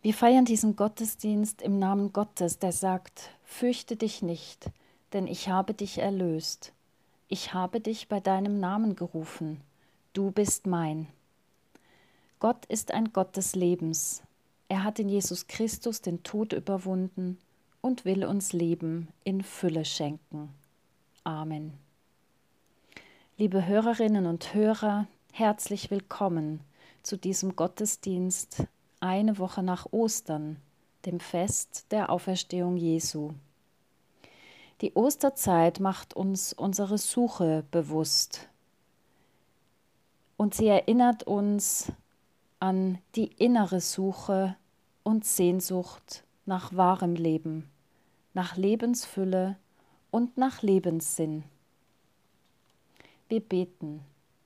Wir feiern diesen Gottesdienst im Namen Gottes, der sagt, fürchte dich nicht, denn ich habe dich erlöst. Ich habe dich bei deinem Namen gerufen. Du bist mein. Gott ist ein Gott des Lebens. Er hat in Jesus Christus den Tod überwunden und will uns Leben in Fülle schenken. Amen. Liebe Hörerinnen und Hörer, herzlich willkommen zu diesem Gottesdienst eine Woche nach Ostern, dem Fest der Auferstehung Jesu. Die Osterzeit macht uns unsere Suche bewusst und sie erinnert uns an die innere Suche und Sehnsucht nach wahrem Leben, nach Lebensfülle und nach Lebenssinn. Wir beten.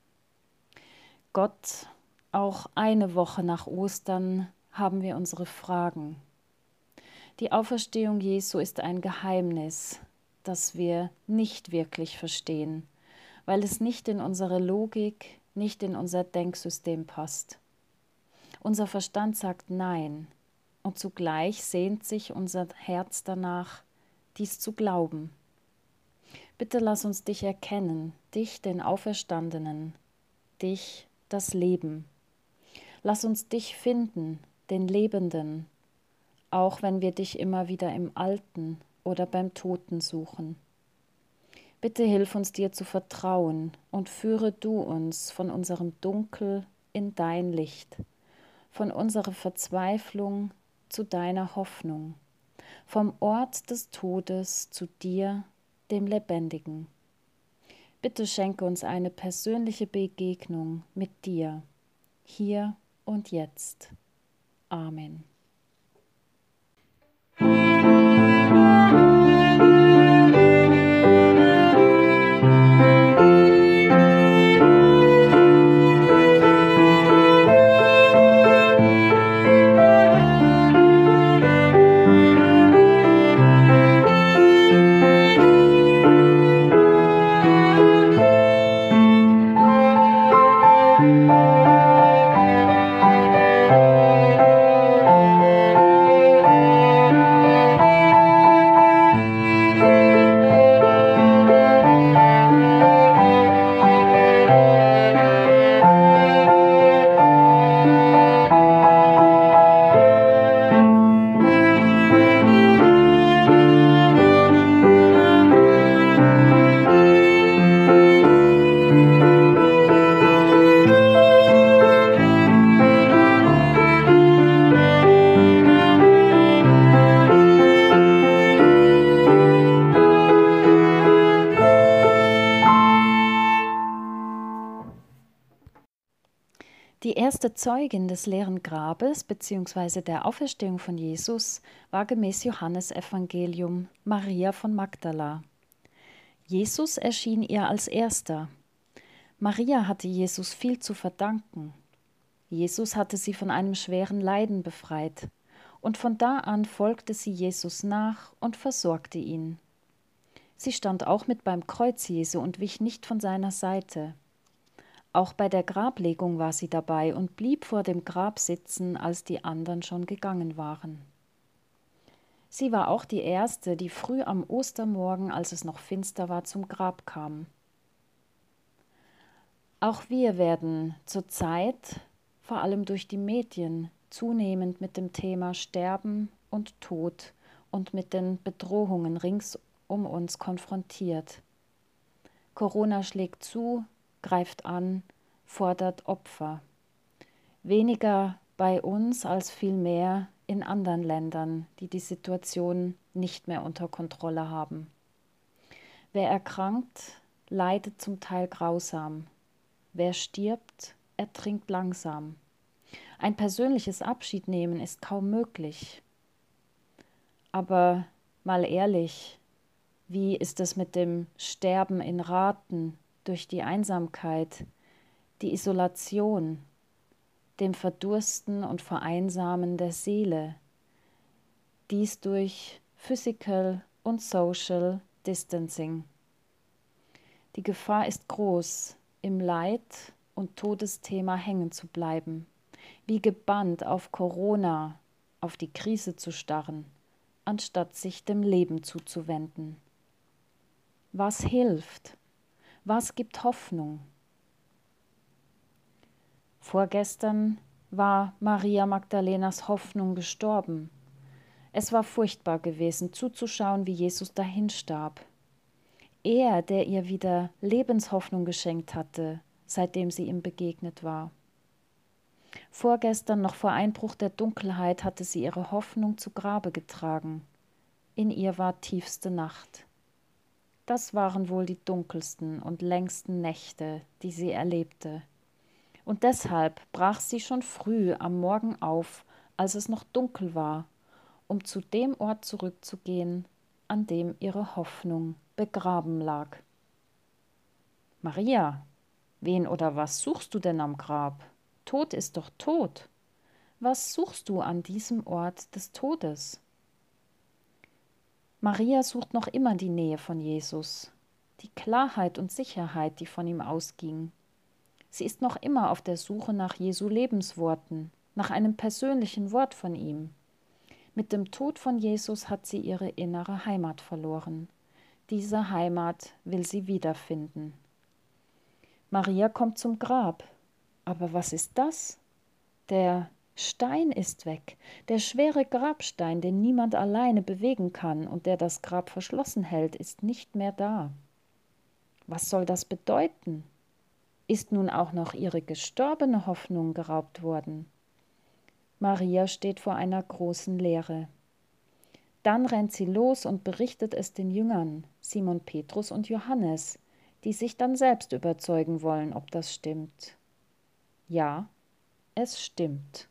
Gott, auch eine Woche nach Ostern haben wir unsere Fragen. Die Auferstehung Jesu ist ein Geheimnis, das wir nicht wirklich verstehen, weil es nicht in unsere Logik, nicht in unser Denksystem passt. Unser Verstand sagt Nein und zugleich sehnt sich unser Herz danach, dies zu glauben. Bitte lass uns dich erkennen, dich, den Auferstandenen, dich, das Leben. Lass uns dich finden, den Lebenden, auch wenn wir dich immer wieder im Alten oder beim Toten suchen. Bitte hilf uns dir zu vertrauen und führe du uns von unserem Dunkel in dein Licht, von unserer Verzweiflung zu deiner Hoffnung, vom Ort des Todes zu dir, dem Lebendigen. Bitte schenke uns eine persönliche Begegnung mit dir, hier und jetzt. Amen. Die erste Zeugin des leeren Grabes bzw. der Auferstehung von Jesus war gemäß Johannesevangelium Maria von Magdala. Jesus erschien ihr als Erster. Maria hatte Jesus viel zu verdanken. Jesus hatte sie von einem schweren Leiden befreit, und von da an folgte sie Jesus nach und versorgte ihn. Sie stand auch mit beim Kreuz Jesu und wich nicht von seiner Seite. Auch bei der Grablegung war sie dabei und blieb vor dem Grab sitzen, als die anderen schon gegangen waren. Sie war auch die Erste, die früh am Ostermorgen, als es noch finster war, zum Grab kam. Auch wir werden zurzeit, vor allem durch die Medien, zunehmend mit dem Thema Sterben und Tod und mit den Bedrohungen rings um uns konfrontiert. Corona schlägt zu, greift an, fordert Opfer. Weniger bei uns als vielmehr in anderen Ländern, die die Situation nicht mehr unter Kontrolle haben. Wer erkrankt, leidet zum Teil grausam. Wer stirbt, ertrinkt langsam. Ein persönliches Abschiednehmen ist kaum möglich. Aber mal ehrlich, wie ist es mit dem Sterben in Raten durch die Einsamkeit, die Isolation, dem Verdursten und Vereinsamen der Seele, dies durch Physical und Social Distancing? Die Gefahr ist groß, im Leid- und Todesthema hängen zu bleiben, wie gebannt auf Corona auf die Krise zu starren, anstatt sich dem Leben zuzuwenden. Was hilft? Was gibt Hoffnung? Vorgestern war Maria Magdalenas Hoffnung gestorben. Es war furchtbar gewesen, zuzuschauen, wie Jesus dahinstarb. Er, der ihr wieder Lebenshoffnung geschenkt hatte, seitdem sie ihm begegnet war. Vorgestern, noch vor Einbruch der Dunkelheit, hatte sie ihre Hoffnung zu Grabe getragen. In ihr war tiefste Nacht. Das waren wohl die dunkelsten und längsten Nächte, die sie erlebte. Und deshalb brach sie schon früh am Morgen auf, als es noch dunkel war, um zu dem Ort zurückzugehen, an dem ihre Hoffnung begraben lag. Maria, wen oder was suchst du denn am Grab? Tod ist doch tot. Was suchst du an diesem Ort des Todes? Maria sucht noch immer die Nähe von Jesus, die Klarheit und Sicherheit, die von ihm ausging. Sie ist noch immer auf der Suche nach Jesu Lebensworten, nach einem persönlichen Wort von ihm. Mit dem Tod von Jesus hat sie ihre innere Heimat verloren. Diese Heimat will sie wiederfinden. Maria kommt zum Grab. Aber was ist das? Der Stein ist weg, der schwere Grabstein, den niemand alleine bewegen kann und der das Grab verschlossen hält, ist nicht mehr da. Was soll das bedeuten? Ist nun auch noch ihre gestorbene Hoffnung geraubt worden? Maria steht vor einer großen Leere. Dann rennt sie los und berichtet es den Jüngern, Simon Petrus und Johannes, die sich dann selbst überzeugen wollen, ob das stimmt. Ja, es stimmt.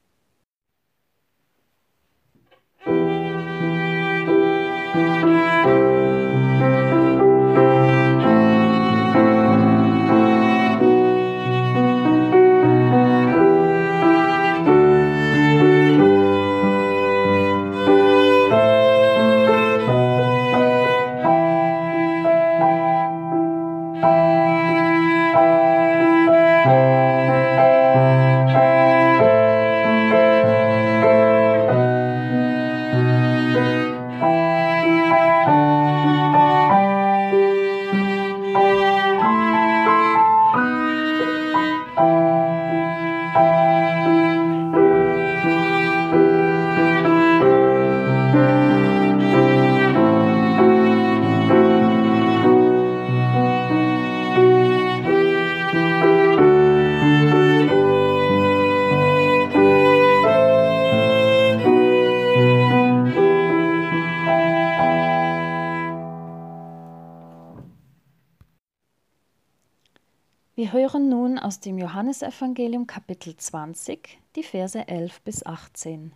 Wir hören nun aus dem Johannesevangelium Kapitel 20, die Verse 11 bis 18.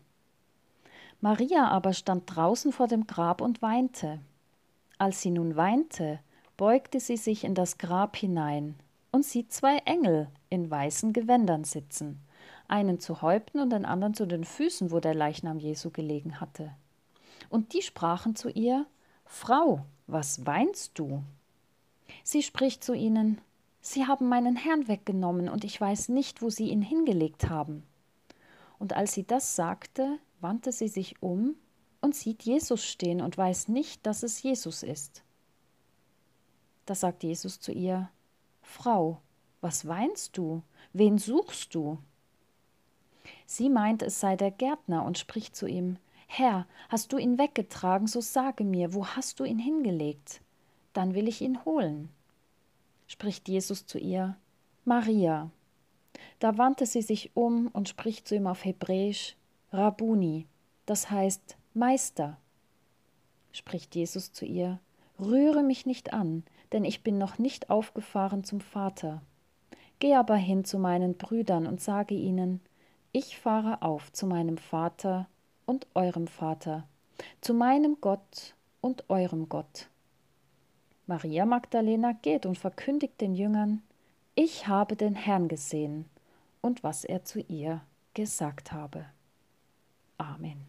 Maria aber stand draußen vor dem Grab und weinte. Als sie nun weinte, beugte sie sich in das Grab hinein und sieht zwei Engel in weißen Gewändern sitzen, einen zu Häupten und den anderen zu den Füßen, wo der Leichnam Jesu gelegen hatte. Und die sprachen zu ihr: Frau, was weinst du? Sie spricht zu ihnen: Sie haben meinen Herrn weggenommen, und ich weiß nicht, wo sie ihn hingelegt haben. Und als sie das sagte, wandte sie sich um und sieht Jesus stehen und weiß nicht, dass es Jesus ist. Da sagt Jesus zu ihr: Frau, was weinst du? Wen suchst du? Sie meint, es sei der Gärtner und spricht zu ihm: Herr, hast du ihn weggetragen, so sage mir, wo hast du ihn hingelegt? Dann will ich ihn holen. Spricht Jesus zu ihr: Maria. Da wandte sie sich um und spricht zu ihm auf Hebräisch: Rabuni, das heißt Meister. Spricht Jesus zu ihr: Rühre mich nicht an, denn ich bin noch nicht aufgefahren zum Vater. Geh aber hin zu meinen Brüdern und sage ihnen: Ich fahre auf zu meinem Vater und eurem Vater, zu meinem Gott und eurem Gott. Maria Magdalena geht und verkündigt den Jüngern: Ich habe den Herrn gesehen und was er zu ihr gesagt habe. Amen.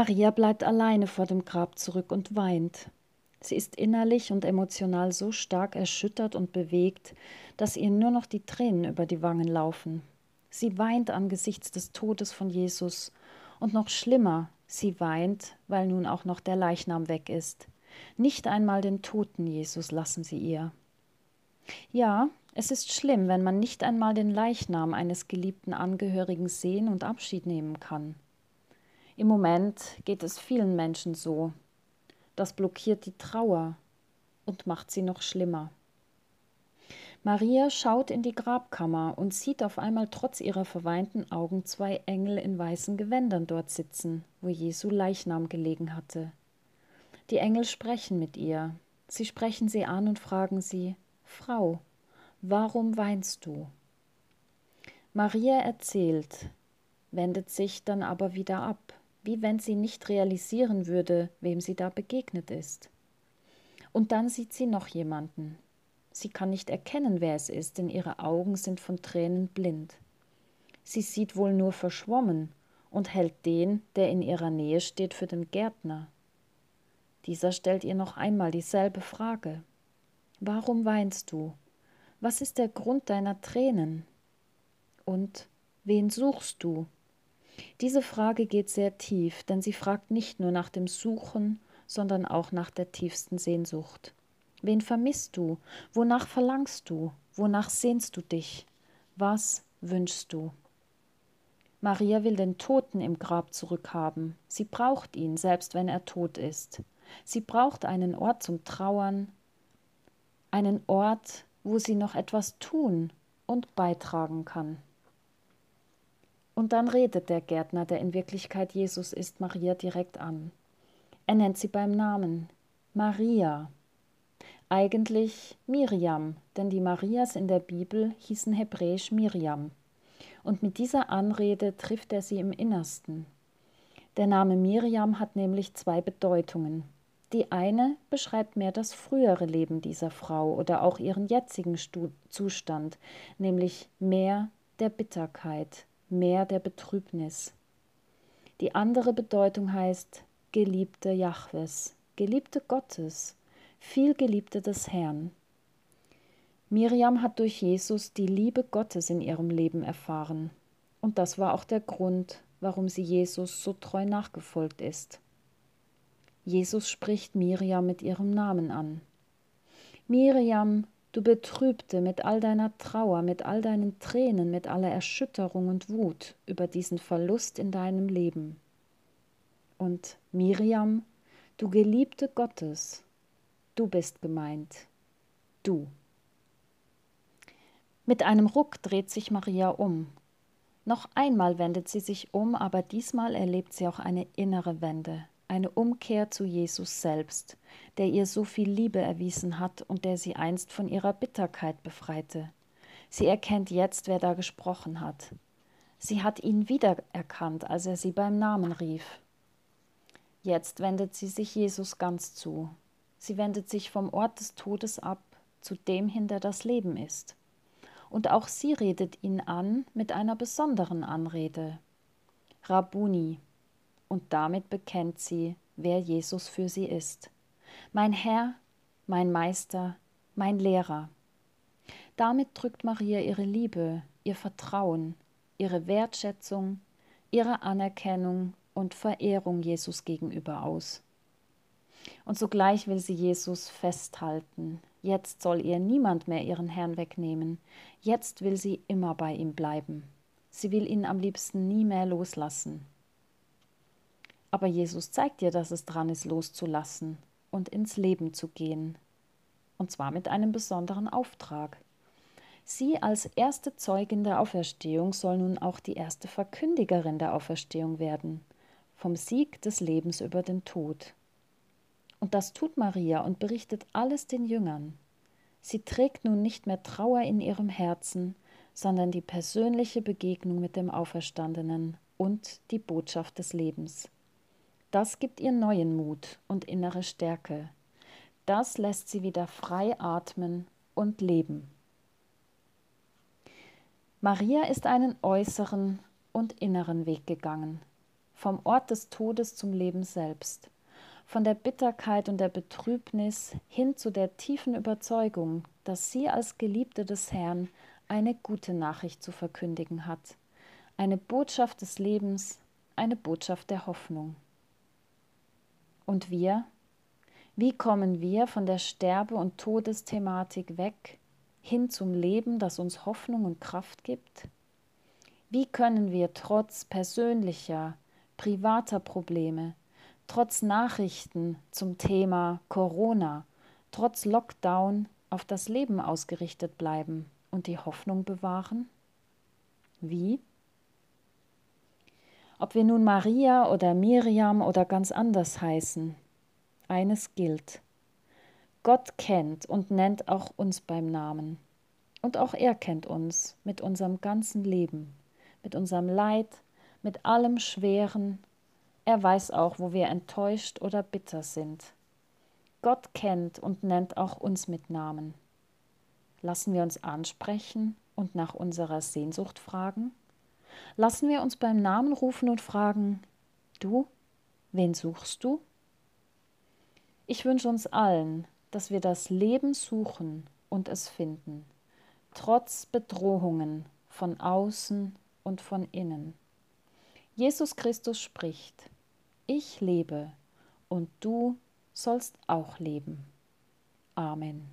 Maria bleibt alleine vor dem Grab zurück und weint. Sie ist innerlich und emotional so stark erschüttert und bewegt, dass ihr nur noch die Tränen über die Wangen laufen. Sie weint angesichts des Todes von Jesus und noch schlimmer, sie weint, weil nun auch noch der Leichnam weg ist. Nicht einmal den toten Jesus lassen sie ihr. Ja, es ist schlimm, wenn man nicht einmal den Leichnam eines geliebten Angehörigen sehen und Abschied nehmen kann. Im Moment geht es vielen Menschen so. Das blockiert die Trauer und macht sie noch schlimmer. Maria schaut in die Grabkammer und sieht auf einmal trotz ihrer verweinten Augen 2 Engel in weißen Gewändern dort sitzen, wo Jesu Leichnam gelegen hatte. Die Engel sprechen mit ihr. Sie sprechen sie an und fragen sie: Frau, warum weinst du? Maria erzählt, wendet sich dann aber wieder ab, wie wenn sie nicht realisieren würde, wem sie da begegnet ist. Und dann sieht sie noch jemanden. Sie kann nicht erkennen, wer es ist, denn ihre Augen sind von Tränen blind. Sie sieht wohl nur verschwommen und hält den, der in ihrer Nähe steht, für den Gärtner. Dieser stellt ihr noch einmal dieselbe Frage. Warum weinst du? Was ist der Grund deiner Tränen? Und wen suchst du? Diese Frage geht sehr tief, denn sie fragt nicht nur nach dem Suchen, sondern auch nach der tiefsten Sehnsucht. Wen vermisst du? Wonach verlangst du? Wonach sehnst du dich? Was wünschst du? Maria will den Toten im Grab zurückhaben. Sie braucht ihn, selbst wenn er tot ist. Sie braucht einen Ort zum Trauern, einen Ort, wo sie noch etwas tun und beitragen kann. Und dann redet der Gärtner, der in Wirklichkeit Jesus ist, Maria direkt an. Er nennt sie beim Namen: Maria. Eigentlich Miriam, denn die Marias in der Bibel hießen hebräisch Miriam. Und mit dieser Anrede trifft er sie im Innersten. Der Name Miriam hat nämlich 2 Bedeutungen. Die eine beschreibt mehr das frühere Leben dieser Frau oder auch ihren jetzigen Zustand, nämlich mehr der Bitterkeit, mehr der Betrübnis. Die andere Bedeutung heißt Geliebte Jahwes, Geliebte Gottes, Vielgeliebte des Herrn. Miriam hat durch Jesus die Liebe Gottes in ihrem Leben erfahren. Und das war auch der Grund, warum sie Jesus so treu nachgefolgt ist. Jesus spricht Miriam mit ihrem Namen an. Miriam, du Betrübte mit all deiner Trauer, mit all deinen Tränen, mit aller Erschütterung und Wut über diesen Verlust in deinem Leben. Und Miriam, du Geliebte Gottes, du bist gemeint, du. Mit einem Ruck dreht sich Maria um. Noch einmal wendet sie sich um, aber diesmal erlebt sie auch eine innere Wende, eine Umkehr zu Jesus selbst, der ihr so viel Liebe erwiesen hat und der sie einst von ihrer Bitterkeit befreite. Sie erkennt jetzt, wer da gesprochen hat. Sie hat ihn wiedererkannt, als er sie beim Namen rief. Jetzt wendet sie sich Jesus ganz zu. Sie wendet sich vom Ort des Todes ab zu dem hin, der das Leben ist. Und auch sie redet ihn an mit einer besonderen Anrede: Rabbuni. Und damit bekennt sie, wer Jesus für sie ist. Mein Herr, mein Meister, mein Lehrer. Damit drückt Maria ihre Liebe, ihr Vertrauen, ihre Wertschätzung, ihre Anerkennung und Verehrung Jesus gegenüber aus. Und sogleich will sie Jesus festhalten. Jetzt soll ihr niemand mehr ihren Herrn wegnehmen. Jetzt will sie immer bei ihm bleiben. Sie will ihn am liebsten nie mehr loslassen. Aber Jesus zeigt ihr, dass es dran ist, loszulassen und ins Leben zu gehen. Und zwar mit einem besonderen Auftrag. Sie als erste Zeugin der Auferstehung soll nun auch die erste Verkündigerin der Auferstehung werden, vom Sieg des Lebens über den Tod. Und das tut Maria und berichtet alles den Jüngern. Sie trägt nun nicht mehr Trauer in ihrem Herzen, sondern die persönliche Begegnung mit dem Auferstandenen und die Botschaft des Lebens. Das gibt ihr neuen Mut und innere Stärke. Das lässt sie wieder frei atmen und leben. Maria ist einen äußeren und inneren Weg gegangen. vom Ort des Todes zum Leben selbst, von der Bitterkeit und der Betrübnis hin zu der tiefen Überzeugung, dass sie als Geliebte des Herrn eine gute Nachricht zu verkündigen hat, eine Botschaft des Lebens, eine Botschaft der Hoffnung. Und wir? Wie kommen wir von der Sterbe- und Todesthematik weg, hin zum Leben, das uns Hoffnung und Kraft gibt? Wie können wir trotz persönlicher, privater Probleme, trotz Nachrichten zum Thema Corona, trotz Lockdown auf das Leben ausgerichtet bleiben und die Hoffnung bewahren? Wie? Ob wir nun Maria oder Miriam oder ganz anders heißen, eines gilt: Gott kennt und nennt auch uns beim Namen. Und auch er kennt uns mit unserem ganzen Leben, mit unserem Leid, mit allem Schweren. Er weiß auch, wo wir enttäuscht oder bitter sind. Gott kennt und nennt auch uns mit Namen. Lassen wir uns ansprechen und nach unserer Sehnsucht fragen? Lassen wir uns beim Namen rufen und fragen: Du, wen suchst du? Ich wünsche uns allen, dass wir das Leben suchen und es finden, trotz Bedrohungen von außen und von innen. Jesus Christus spricht: Ich lebe und du sollst auch leben. Amen.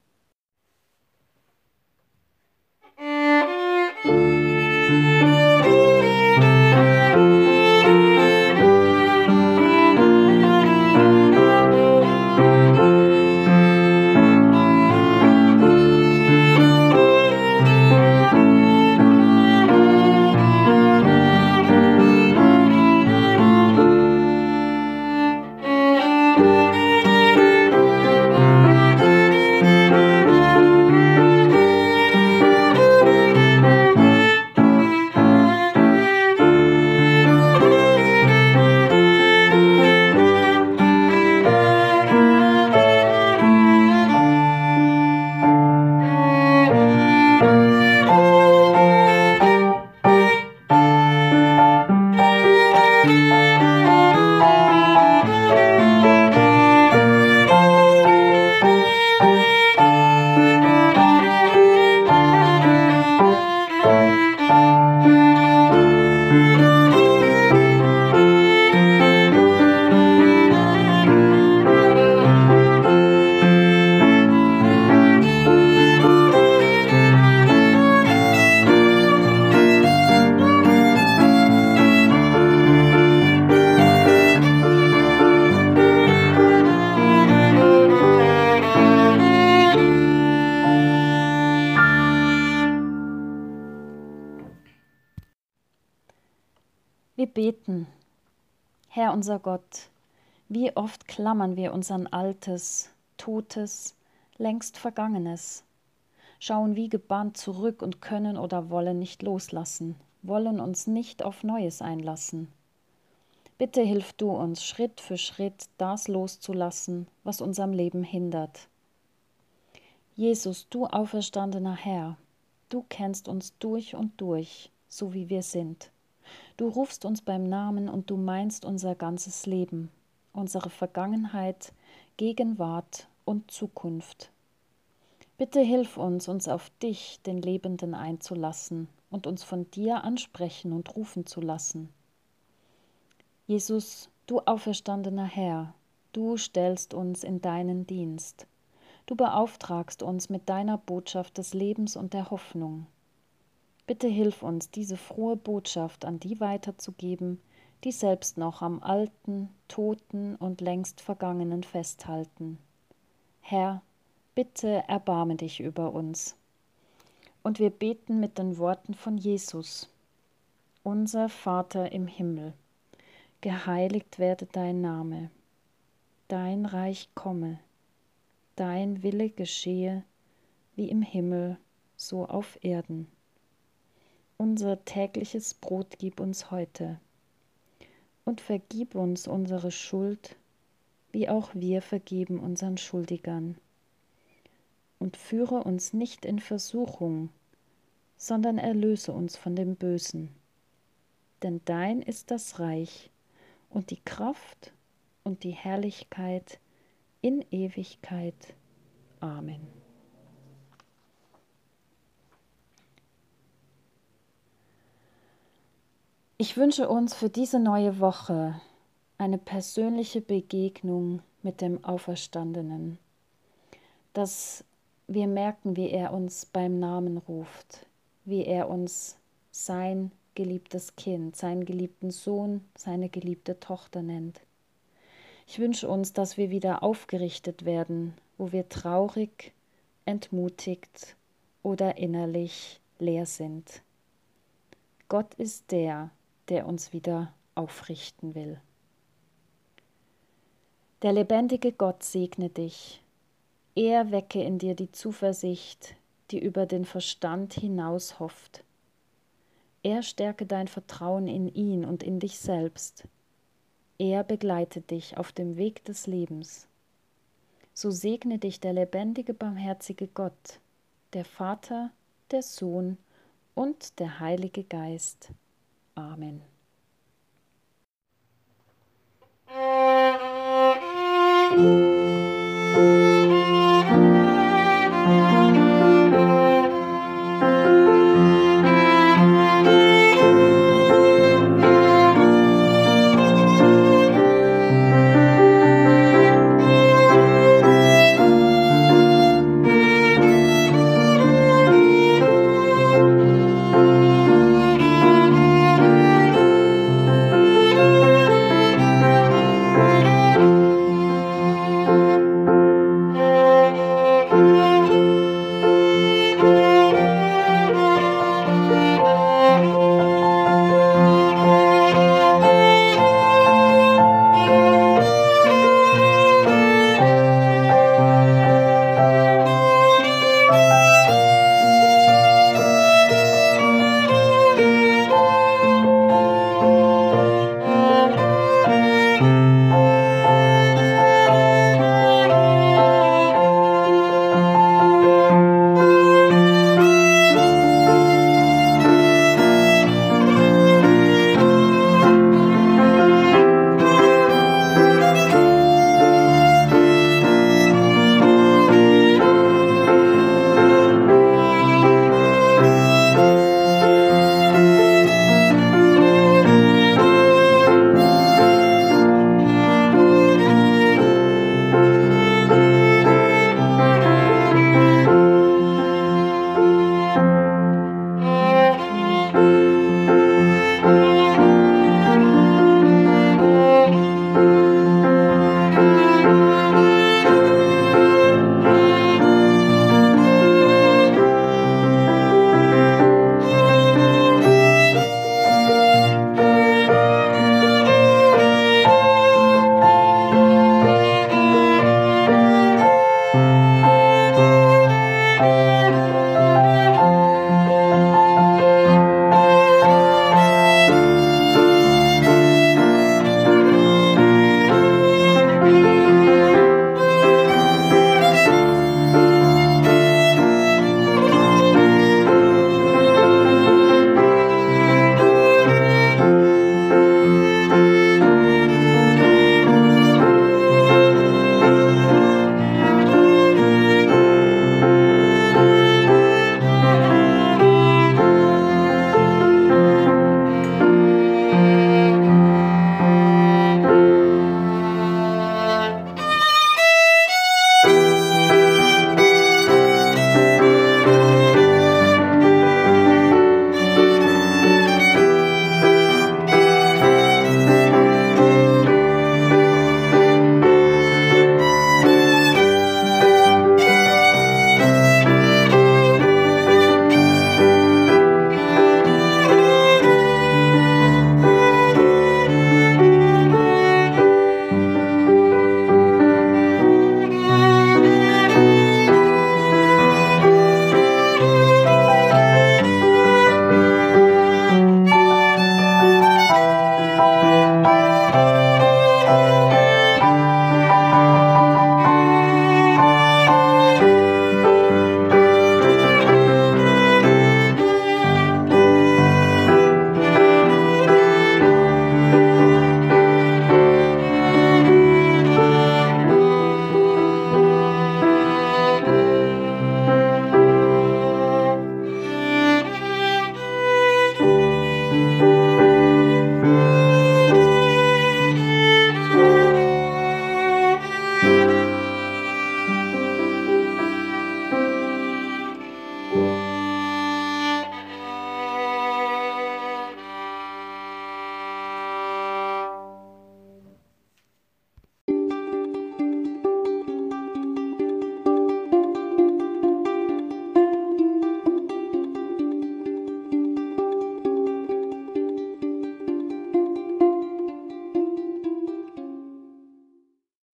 Wir beten. Herr unser Gott, wie oft klammern wir uns an Altes, Totes, längst Vergangenes, schauen wie gebannt zurück und können oder wollen nicht loslassen, wollen uns nicht auf Neues einlassen. Bitte hilf du uns, Schritt für Schritt das loszulassen, was uns am Leben hindert. Jesus, du auferstandener Herr, du kennst uns durch und durch, so wie wir sind. Du rufst uns beim Namen und du meinst unser ganzes Leben, unsere Vergangenheit, Gegenwart und Zukunft. Bitte hilf uns, uns auf dich, den Lebenden, einzulassen und uns von dir ansprechen und rufen zu lassen. Jesus, du auferstandener Herr, du stellst uns in deinen Dienst. Du beauftragst uns mit deiner Botschaft des Lebens und der Hoffnung. Bitte hilf uns, diese frohe Botschaft an die weiterzugeben, die selbst noch am Alten, Toten und längst Vergangenen festhalten. Herr, bitte erbarme dich über uns. Und wir beten mit den Worten von Jesus: Unser Vater im Himmel, geheiligt werde dein Name, dein Reich komme, dein Wille geschehe, wie im Himmel, so auf Erden. Unser tägliches Brot gib uns heute und vergib uns unsere Schuld, wie auch wir vergeben unseren Schuldigern. Und führe uns nicht in Versuchung, sondern erlöse uns von dem Bösen. Denn dein ist das Reich und die Kraft und die Herrlichkeit in Ewigkeit. Amen. Ich wünsche uns für diese neue Woche eine persönliche Begegnung mit dem Auferstandenen, dass wir merken, wie er uns beim Namen ruft, wie er uns sein geliebtes Kind, seinen geliebten Sohn, seine geliebte Tochter nennt. Ich wünsche uns, dass wir wieder aufgerichtet werden, wo wir traurig, entmutigt oder innerlich leer sind. Gott ist der, der uns wieder aufrichten will. Der lebendige Gott segne dich. Er wecke in dir die Zuversicht, die über den Verstand hinaus hofft. Er stärke dein Vertrauen in ihn und in dich selbst. Er begleitet dich auf dem Weg des Lebens. So segne dich der lebendige, barmherzige Gott, der Vater, der Sohn und der Heilige Geist. Amen.